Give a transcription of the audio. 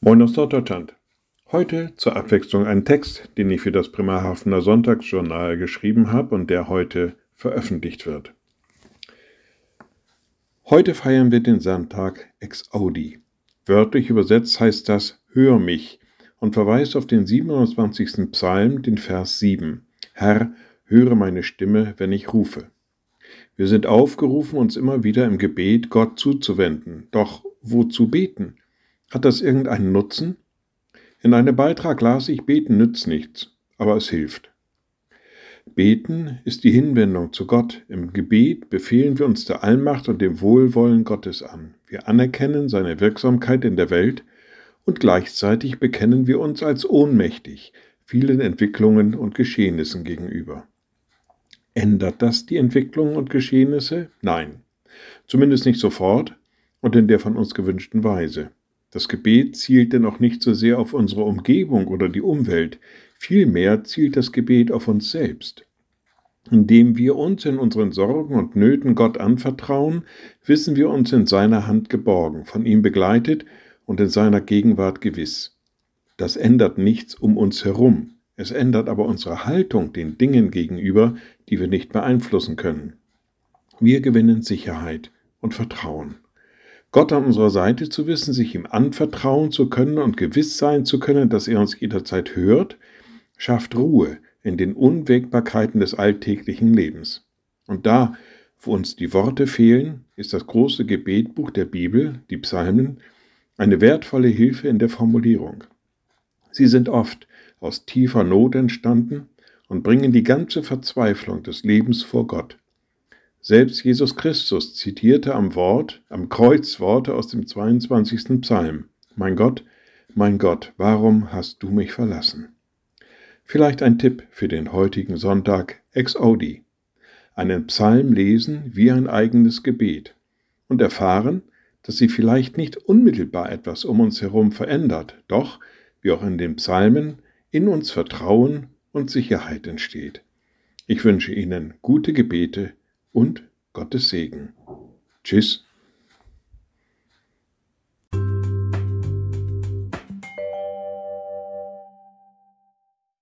Moin aus Norddeutschland. Heute zur Abwechslung ein Text, den ich für das Bremerhavener Sonntagsjournal geschrieben habe und der heute veröffentlicht wird. Heute feiern wir den Sonntag Ex Audi. Wörtlich übersetzt heißt das Hör mich und verweist auf den 27. Psalm, den Vers 7. Herr, höre meine Stimme, wenn ich rufe. Wir sind aufgerufen, uns immer wieder im Gebet Gott zuzuwenden. Doch wozu beten? Hat das irgendeinen Nutzen? In einem Beitrag las ich, Beten nützt nichts, aber es hilft. Beten ist die Hinwendung zu Gott. Im Gebet befehlen wir uns der Allmacht und dem Wohlwollen Gottes an. Wir anerkennen seine Wirksamkeit in der Welt und gleichzeitig bekennen wir uns als ohnmächtig vielen Entwicklungen und Geschehnissen gegenüber. Ändert das die Entwicklungen und Geschehnisse? Nein, zumindest nicht sofort und in der von uns gewünschten Weise. Das Gebet zielt denn auch nicht so sehr auf unsere Umgebung oder die Umwelt, vielmehr zielt das Gebet auf uns selbst. Indem wir uns in unseren Sorgen und Nöten Gott anvertrauen, wissen wir uns in seiner Hand geborgen, von ihm begleitet und in seiner Gegenwart gewiss. Das ändert nichts um uns herum, es ändert aber unsere Haltung den Dingen gegenüber, die wir nicht beeinflussen können. Wir gewinnen Sicherheit und Vertrauen. Gott an unserer Seite zu wissen, sich ihm anvertrauen zu können und gewiss sein zu können, dass er uns jederzeit hört, schafft Ruhe in den Unwägbarkeiten des alltäglichen Lebens. Und da, wo uns die Worte fehlen, ist das große Gebetbuch der Bibel, die Psalmen, eine wertvolle Hilfe in der Formulierung. Sie sind oft aus tiefer Not entstanden und bringen die ganze Verzweiflung des Lebens vor Gott. Selbst Jesus Christus zitierte am Kreuz Worte aus dem 22. Psalm. Mein Gott, warum hast du mich verlassen? Vielleicht ein Tipp für den heutigen Sonntag Ex Audi. Einen Psalm lesen wie ein eigenes Gebet und erfahren, dass sie vielleicht nicht unmittelbar etwas um uns herum verändert, doch, wie auch in den Psalmen, in uns Vertrauen und Sicherheit entsteht. Ich wünsche Ihnen gute Gebete und Gottes Segen. Tschüss.